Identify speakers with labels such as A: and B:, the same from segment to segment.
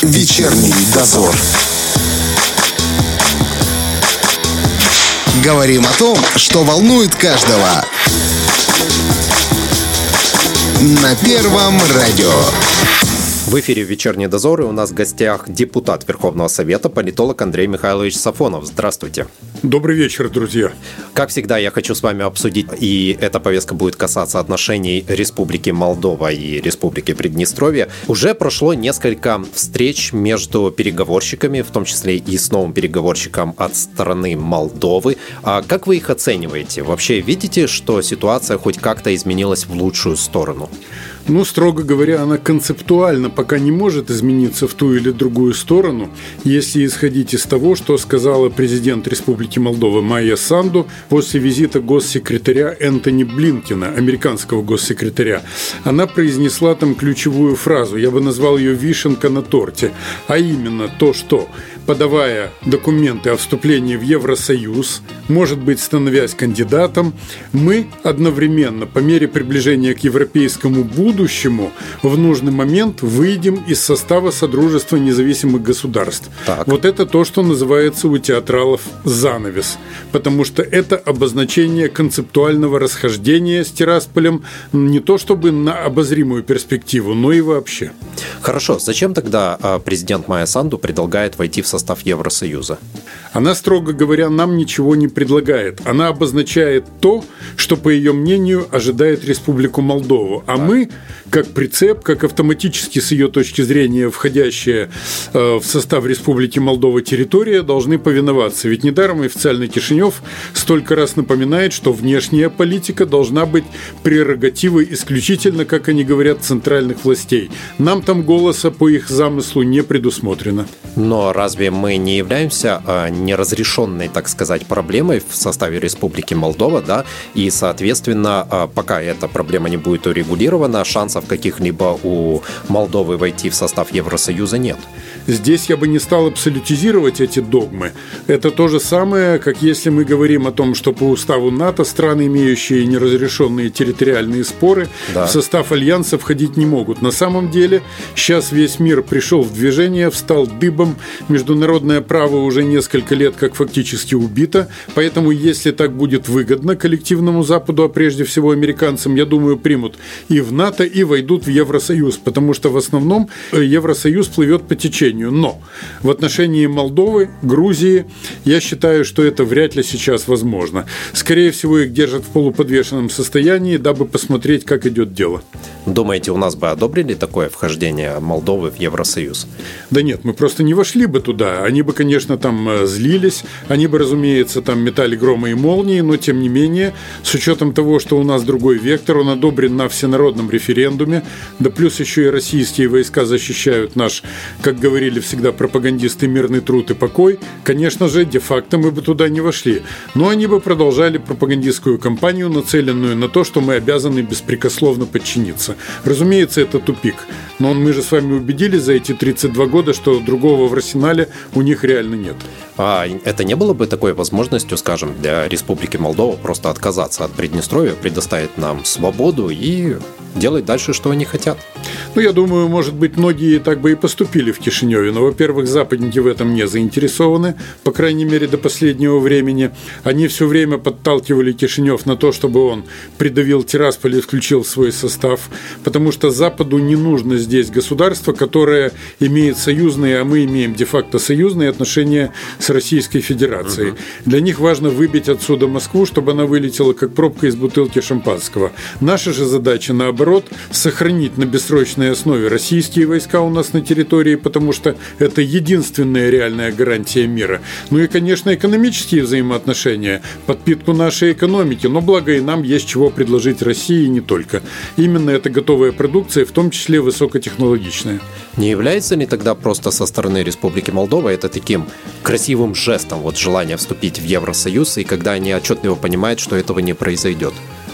A: Вечерний дозор. Говорим о том, что волнует каждого. На Первом радио.
B: В эфире «Вечерний дозор», и у нас в гостях депутат Верховного Совета, политолог Андрей Михайлович Сафонов. Здравствуйте.
C: Добрый вечер, друзья.
B: Как всегда, я хочу с вами обсудить, и эта повестка будет касаться отношений Республики Молдова и Республики Приднестровье. Уже прошло несколько встреч между переговорщиками, в том числе и с новым переговорщиком от стороны Молдовы. А как вы их оцениваете? Вообще видите, что ситуация хоть как-то изменилась в лучшую сторону?
C: Строго говоря, она концептуально пока не может измениться в ту или другую сторону, если исходить из того, что сказала президент Республики Молдова Майя Санду после визита госсекретаря Энтони Блинкена, американского госсекретаря. Она произнесла там ключевую фразу, я бы назвал ее «вишенка на торте», а именно то, что, подавая документы о вступлении в Евросоюз, может быть, становясь кандидатом, мы одновременно, по мере приближения к европейскому будущему, в нужный момент выйдем из состава Содружества независимых государств.
B: Так.
C: Вот это то, что называется у театралов занавес, потому что это обозначение концептуального расхождения с Тирасполем не то чтобы на обозримую перспективу, но и вообще.
B: Хорошо, зачем тогда президент Майя Санду предлагает войти в состав Евросоюза?
C: Она, строго говоря, нам ничего не предлагает. Она обозначает то, что, по ее мнению, ожидает Республику Молдову. А мы, как прицеп, как автоматически, с ее точки зрения, входящая в состав Республики Молдова территория, должны повиноваться. Ведь недаром официальный Кишинев столько раз напоминает, что внешняя политика должна быть прерогативой исключительно, как они говорят, центральных властей. Нам там голоса по их замыслу не предусмотрено.
B: Но разве мы не являемся неразрешенной, так сказать, проблемой в составе Республики Молдова, да? И, соответственно, пока эта проблема не будет урегулирована, шансов каких-либо у Молдовы войти в состав Евросоюза нет.
C: Здесь я бы не стал абсолютизировать эти догмы. Это то же самое, как если мы говорим о том, что по уставу НАТО страны, имеющие неразрешенные территориальные споры, в состав альянса входить не могут. На самом деле, сейчас весь мир пришел в движение, встал дыбом, международное право уже несколько лет как фактически убито, поэтому если так будет выгодно коллективному Западу, а прежде всего американцам, я думаю, примут и в НАТО, и войдут в Евросоюз, потому что в основном Евросоюз плывет по течению. Но в отношении Молдовы, Грузии, я считаю, что это вряд ли сейчас возможно. Скорее всего, их держат в полуподвешенном состоянии, дабы посмотреть, как идет дело.
B: Думаете, у нас бы одобрили такое вхождение Молдовы в Евросоюз?
C: Да нет, мы просто не вошли бы туда. Они бы, конечно, там злились, они бы, разумеется, там метали громы и молнии, но, тем не менее, с учетом того, что у нас другой вектор, он одобрен на всенародном референдуме, да плюс еще и российские войска защищают наш, как говорили всегда пропагандисты, мирный труд и покой, конечно же, де-факто мы бы туда не вошли. Но они бы продолжали пропагандистскую кампанию, нацеленную на то, что мы обязаны беспрекословно подчиниться. Разумеется, это тупик. Но мы же с вами убедились за эти 32 года, что другого в арсенале у них реально нет.
B: А это не было бы такой возможностью, скажем, для Республики Молдова просто отказаться от Приднестровья, предоставить нам свободу и делать дальше, что они хотят?
C: Я думаю, может быть, многие так бы и поступили в Кишиневе, но, во-первых, западники в этом не заинтересованы, по крайней мере, до последнего времени. Они все время подталкивали Кишинев на то, чтобы он придавил Тирасполь и включил в свой состав, потому что Западу не нужно здесь государство, которое имеет союзные, а мы имеем де-факто союзные отношения с Российской Федерацией. Для них важно выбить отсюда Москву, чтобы она вылетела как пробка из бутылки шампанского. Наша же задача, наоборот, сохранить на бессрочной основе российские войска у нас на территории, потому что это единственная реальная гарантия мира. И, конечно, экономические взаимоотношения, подпитку нашей экономики, но благо и нам есть чего предложить России и не только. Именно эта готовая продукция, в том числе высокотехнологичная.
B: Не является ли тогда просто со стороны Республики Молдова это таким красивым жестом, желание вступить в Евросоюз, и когда они отчетливо понимают, что этого не произойдет?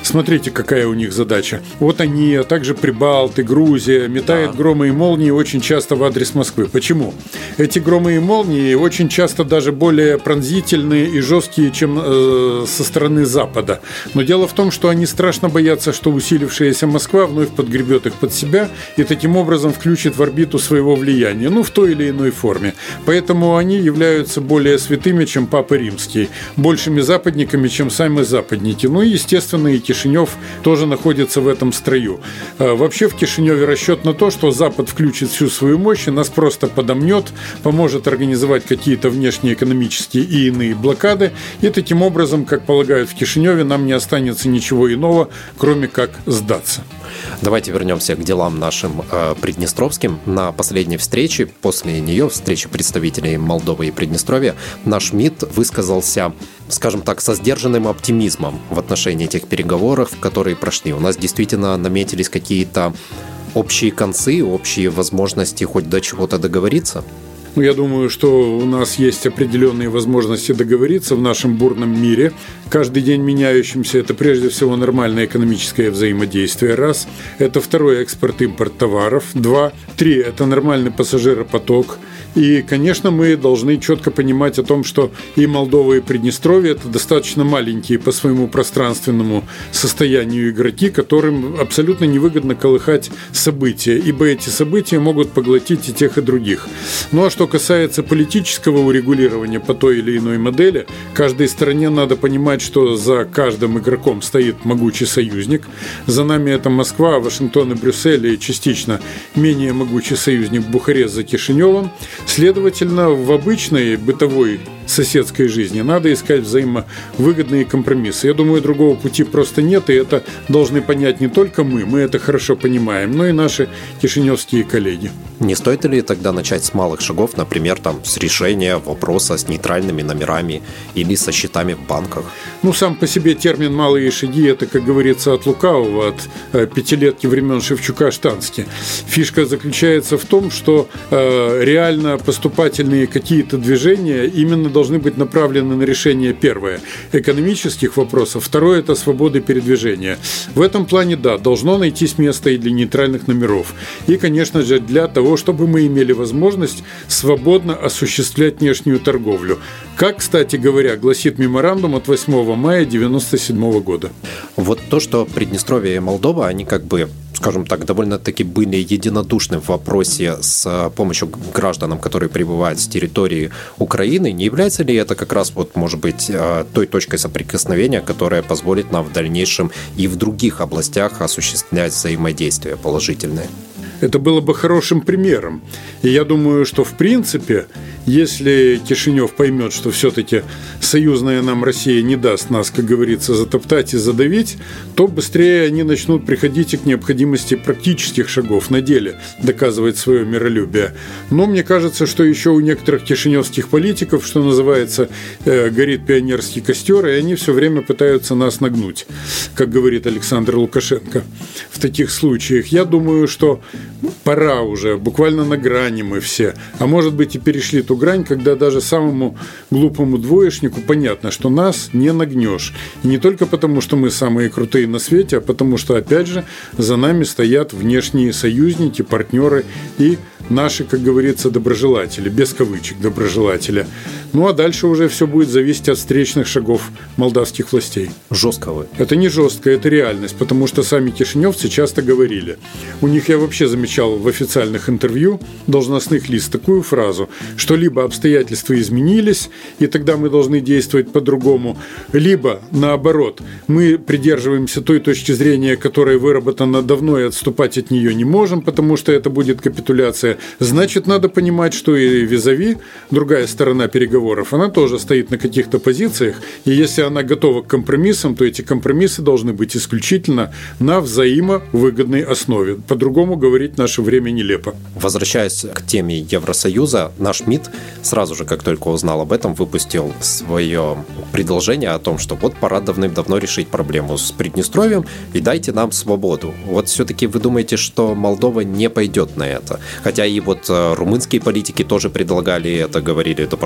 C: Смотрите, какая у них задача. Вот они, а также Прибалты, Грузия, метают громы и молнии очень часто в адрес Москвы. Почему? Эти громы и молнии очень часто даже более пронзительные и жесткие, чем со стороны Запада. Но дело в том, что они страшно боятся, что усилившаяся Москва вновь подгребет их под себя и таким образом включит в орбиту своего влияния, в той или иной форме. Поэтому они являются более святыми, чем Папа Римский, большими западниками, чем сами западники. И, естественно, и Кишинев тоже находится в этом строю. Вообще в Кишиневе расчет на то, что Запад включит всю свою мощь и нас просто подомнет, поможет организовать какие-то внешнеэкономические и иные блокады, и таким образом, как полагают в Кишиневе, нам не останется ничего иного, кроме как сдаться.
B: Давайте вернемся к делам нашим приднестровским. На последней встрече, после нее, встречи представителей Молдовы и Приднестровья, наш МИД высказался, скажем так, со сдержанным оптимизмом в отношении этих переговоров, которые прошли. У нас действительно наметились какие-то общие концы, общие возможности хоть до чего-то договориться?
C: Я думаю, что у нас есть определенные возможности договориться в нашем бурном мире. Каждый день меняющимся. Это прежде всего нормальное экономическое взаимодействие. Раз. Это второй экспорт-импорт товаров. Два. Три. Это нормальный пассажиропоток. И, конечно, мы должны четко понимать о том, что и Молдова, и Приднестровье – это достаточно маленькие по своему пространственному состоянию игроки, которым абсолютно невыгодно колыхать события, ибо эти события могут поглотить и тех, и других. Ну а что касается политического урегулирования по той или иной модели, каждой стране надо понимать, что за каждым игроком стоит могучий союзник. За нами это Москва, Вашингтон и Брюссель, и частично менее могучий союзник Бухарест за Кишиневым. Следовательно, в обычной бытовой соседской жизни надо искать взаимовыгодные компромиссы. Я думаю, другого пути просто нет, и это должны понять не только мы это хорошо понимаем, но и наши кишиневские коллеги.
B: Не стоит ли тогда начать с малых шагов, например, с решения вопроса с нейтральными номерами или со счетами в банках?
C: Сам по себе термин «малые шаги» – это, как говорится, от лукавого, от пятилетки времен Шевчука-Штански. Фишка заключается в том, что реально поступательные какие-то движения именно должны быть направлены на решение, первое, экономических вопросов, второе – это свободы передвижения. В этом плане, да, должно найтись место и для нейтральных номеров. И, конечно же, для того, чтобы мы имели возможность свободно осуществлять внешнюю торговлю. Как, кстати говоря, гласит меморандум от 8 мая 1997 года.
B: Вот то, что Приднестровье и Молдова, они скажем так, довольно-таки были единодушны в вопросе с помощью гражданам, которые прибывают с территории Украины. Не является ли это как раз, может быть, той точкой соприкосновения, которая позволит нам в дальнейшем и в других областях осуществлять взаимодействие положительное?
C: Это было бы хорошим примером. И я думаю, что в принципе, если Кишинев поймет, что все-таки союзная нам Россия не даст нас, как говорится, затоптать и задавить, то быстрее они начнут приходить и к необходимости практических шагов на деле, доказывать свое миролюбие. Но мне кажется, что еще у некоторых кишиневских политиков, что называется, горит пионерский костер, и они все время пытаются нас нагнуть, как говорит Александр Лукашенко. В таких случаях я думаю, что пора уже, буквально на грани мы все, а может быть и перешли ту грань, когда даже самому глупому двоечнику понятно, что нас не нагнешь. И не только потому, что мы самые крутые на свете, а потому что, опять же, за нами стоят внешние союзники, партнеры и наши, как говорится, доброжелатели, без кавычек доброжелатели. А дальше уже все будет зависеть от встречных шагов молдавских властей.
B: Жестко вы.
C: Это не жестко, это реальность, потому что сами кишиневцы часто говорили. У них я вообще замечал в официальных интервью должностных лиц такую фразу, что либо обстоятельства изменились, и тогда мы должны действовать по-другому, либо, наоборот, мы придерживаемся той точки зрения, которая выработана давно, и отступать от нее не можем, потому что это будет капитуляция. Значит, надо понимать, что и визави, другая сторона переговоров, она тоже стоит на каких-то позициях, и если она готова к компромиссам, то эти компромиссы должны быть исключительно на взаимовыгодной основе. По-другому говорить в наше время нелепо.
B: Возвращаясь к теме Евросоюза, наш МИД сразу же, как только узнал об этом, выпустил свое предложение о том, что пора давным-давно решить проблему с Приднестровьем и дайте нам свободу. Все-таки вы думаете, что Молдова не пойдет на это? Хотя и румынские политики тоже предлагали это, говорили, да, пожалуйста,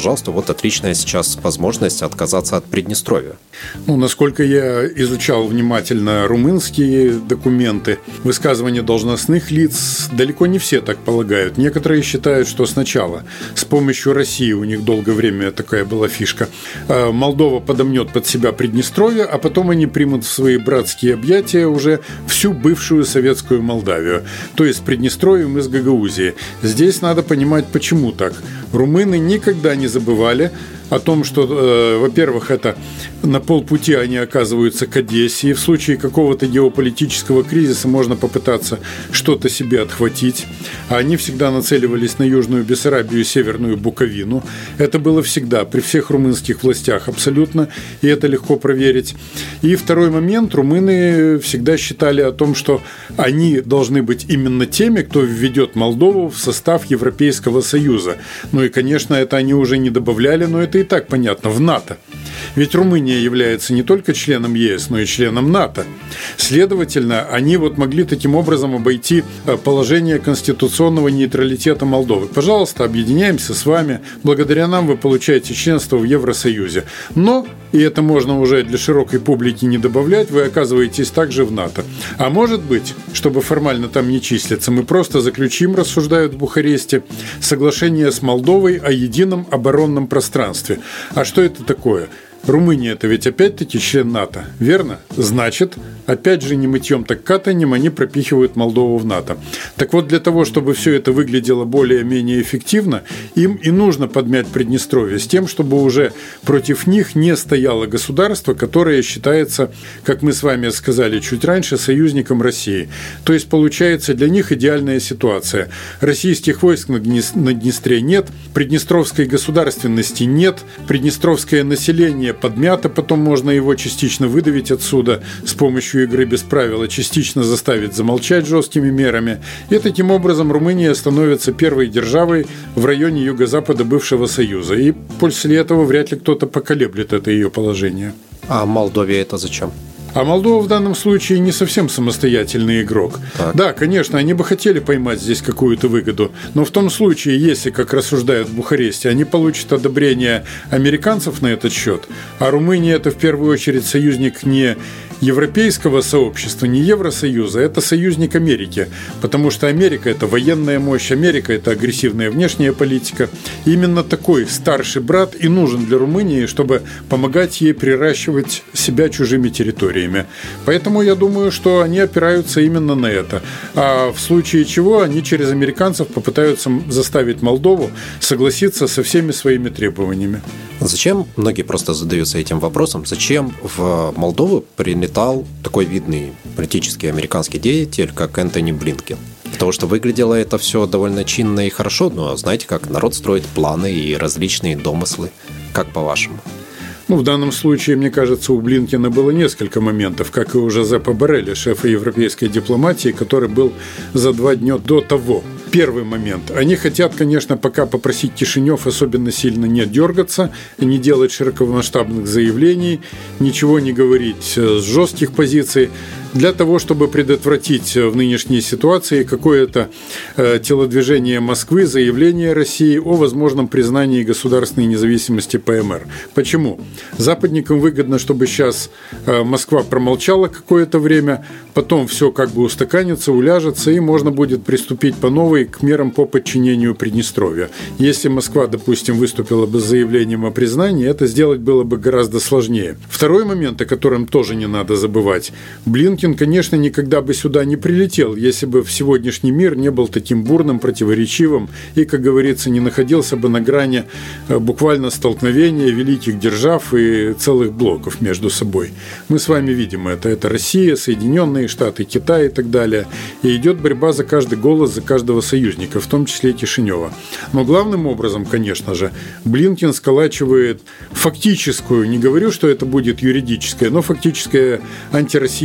B: будет отличная сейчас возможность отказаться от Приднестровья.
C: Насколько я изучал внимательно румынские документы, высказывания должностных лиц, далеко не все так полагают. Некоторые считают, что сначала с помощью России, у них долгое время такая была фишка, Молдова подомнет под себя Приднестровье, а потом они примут в свои братские объятия уже всю бывшую советскую Молдавию, то есть Приднестровьем из Гагаузии. Здесь надо понимать, почему так. Румыны никогда не забывали о том, что, во-первых, это на полпути они оказываются к Одессе, и в случае какого-то геополитического кризиса можно попытаться что-то себе отхватить. А они всегда нацеливались на Южную Бессарабию и Северную Буковину. Это было всегда, при всех румынских властях абсолютно, и это легко проверить. И второй момент, румыны всегда считали о том, что они должны быть именно теми, кто введет Молдову в состав Европейского Союза. Ну и, конечно, это они уже не добавляли, но это и так понятно, в НАТО. Ведь Румыния является не только членом ЕС, но и членом НАТО. Следовательно, они могли таким образом обойти положение конституционного нейтралитета Молдовы. Пожалуйста, объединяемся с вами. Благодаря нам вы получаете членство в Евросоюзе. Но, и это можно уже для широкой публики не добавлять, вы оказываетесь также в НАТО. А может быть, чтобы формально там не числиться, мы просто заключим, рассуждают в Бухаресте, соглашение с Молдовой о едином оборонном пространстве. А что это такое? Румыния – это ведь опять-таки член НАТО, верно? Значит, опять же, не мытьем, так катаньем они пропихивают Молдову в НАТО. Так вот, для того, чтобы все это выглядело более-менее эффективно, им и нужно подмять Приднестровье с тем, чтобы уже против них не стояло государство, которое считается, как мы с вами сказали чуть раньше, союзником России. То есть, получается, для них идеальная ситуация. Российских войск на Днестре нет, приднестровской государственности нет, приднестровское население подмято, потом можно его частично выдавить отсюда с помощью игры без правил, частично заставить замолчать жесткими мерами. И таким образом Румыния становится первой державой в районе юго-запада бывшего Союза. И после этого вряд ли кто-то поколеблет это ее положение.
B: А Молдове это зачем?
C: А Молдова в данном случае не совсем самостоятельный игрок. Так. Да, конечно, они бы хотели поймать здесь какую-то выгоду, но в том случае, если, как рассуждают в Бухаресте, они получат одобрение американцев на этот счет, а Румыния – это в первую очередь союзник не европейского сообщества, не Евросоюза, это союзник Америки, потому что Америка – это военная мощь, Америка – это агрессивная внешняя политика. И именно такой старший брат и нужен для Румынии, чтобы помогать ей приращивать себя чужими территориями. Поэтому я думаю, что они опираются именно на это. А в случае чего они через американцев попытаются заставить Молдову согласиться со всеми своими требованиями.
B: Зачем, многие просто задаются этим вопросом, зачем в Молдову прилетал такой видный политический американский деятель, как Энтони Блинкен? Потому что выглядело это все довольно чинно и хорошо, но знаете, как народ строит планы и различные домыслы. Как по-вашему?
C: В данном случае, мне кажется, у Блинкена было несколько моментов, как и у Жозепа Борреля, шефа европейской дипломатии, который был за 2 дня до того. Первый момент. Они хотят, конечно, пока попросить Кишинев особенно сильно не дергаться, не делать широкомасштабных заявлений, ничего не говорить с жестких позиций, для того, чтобы предотвратить в нынешней ситуации какое-то телодвижение Москвы, заявление России о возможном признании государственной независимости ПМР. Почему? Западникам выгодно, чтобы сейчас Москва промолчала какое-то время, потом все как бы устаканится, уляжется, и можно будет приступить по новой к мерам по подчинению Приднестровья. Если Москва, допустим, выступила бы с заявлением о признании, это сделать было бы гораздо сложнее. Второй момент, о котором тоже не надо забывать. Блинкен, конечно, никогда бы сюда не прилетел, если бы в сегодняшний мир не был таким бурным, противоречивым и, как говорится, не находился бы на грани буквально столкновения великих держав и целых блоков между собой. Мы с вами видим это. Это Россия, Соединенные Штаты, Китай и так далее. И идет борьба за каждый голос, за каждого союзника, в том числе и Кишинева. Но главным образом, конечно же, Блинкен сколачивает фактическую, не говорю, что это будет юридическая, но фактическая антироссийская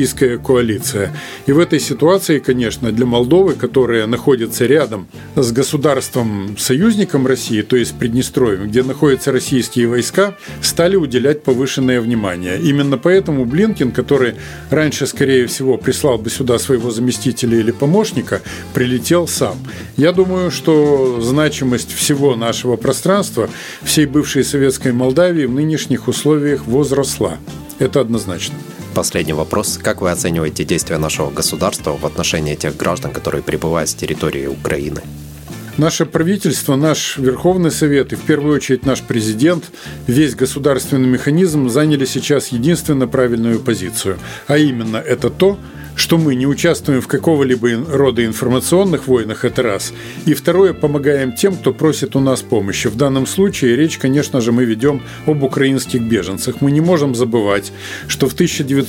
C: коалиция. И в этой ситуации, конечно, для Молдовы, которая находится рядом с государством-союзником России, то есть Приднестровьем, где находятся российские войска, стали уделять повышенное внимание. Именно поэтому Блинкен, который раньше, скорее всего, прислал бы сюда своего заместителя или помощника, прилетел сам. Я думаю, что значимость всего нашего пространства, всей бывшей советской Молдавии в нынешних условиях возросла. Это однозначно.
B: Последний вопрос. Как вы оцениваете действия нашего государства в отношении тех граждан, которые прибывают с территории Украины?
C: Наше правительство, наш Верховный Совет и в первую очередь наш президент, весь государственный механизм заняли сейчас единственно правильную позицию. А именно это то, что мы не участвуем в какого-либо рода информационных войнах, это раз. И второе, помогаем тем, кто просит у нас помощи. В данном случае речь, конечно же, мы ведем об украинских беженцах. Мы не можем забывать, что в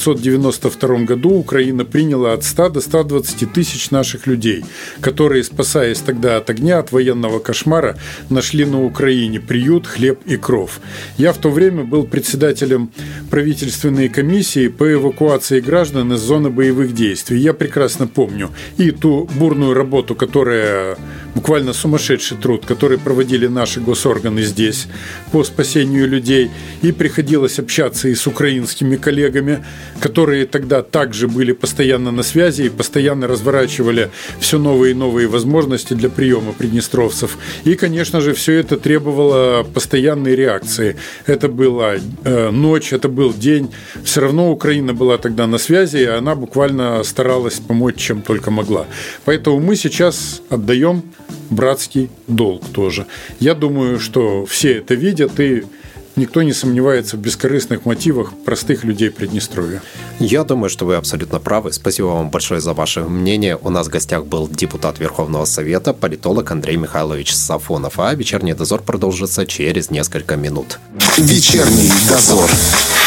C: 1992 году Украина приняла от 100 до 120 тысяч наших людей, которые, спасаясь тогда от огня, от военного кошмара, нашли на Украине приют, хлеб и кров. Я в то время был председателем правительственной комиссии по эвакуации граждан из зоны боевых действий. Я прекрасно помню и ту бурную работу, которая буквально сумасшедший труд, который проводили наши госорганы здесь по спасению людей. И приходилось общаться и с украинскими коллегами, которые тогда также были постоянно на связи и постоянно разворачивали все новые и новые возможности для приема приднестровцев. И, конечно же, все это требовало постоянной реакции. Это была ночь, это был день. Все равно Украина была тогда на связи, и она буквально старалась помочь, чем только могла. Поэтому мы сейчас отдаем братский долг тоже. Я думаю, что все это видят, и никто не сомневается в бескорыстных мотивах простых людей Приднестровья.
B: Я думаю, что вы абсолютно правы. Спасибо вам большое за ваше мнение. У нас в гостях был депутат Верховного Совета, политолог Андрей Михайлович Сафонов. А «Вечерний дозор» продолжится через несколько минут.
A: «Вечерний дозор».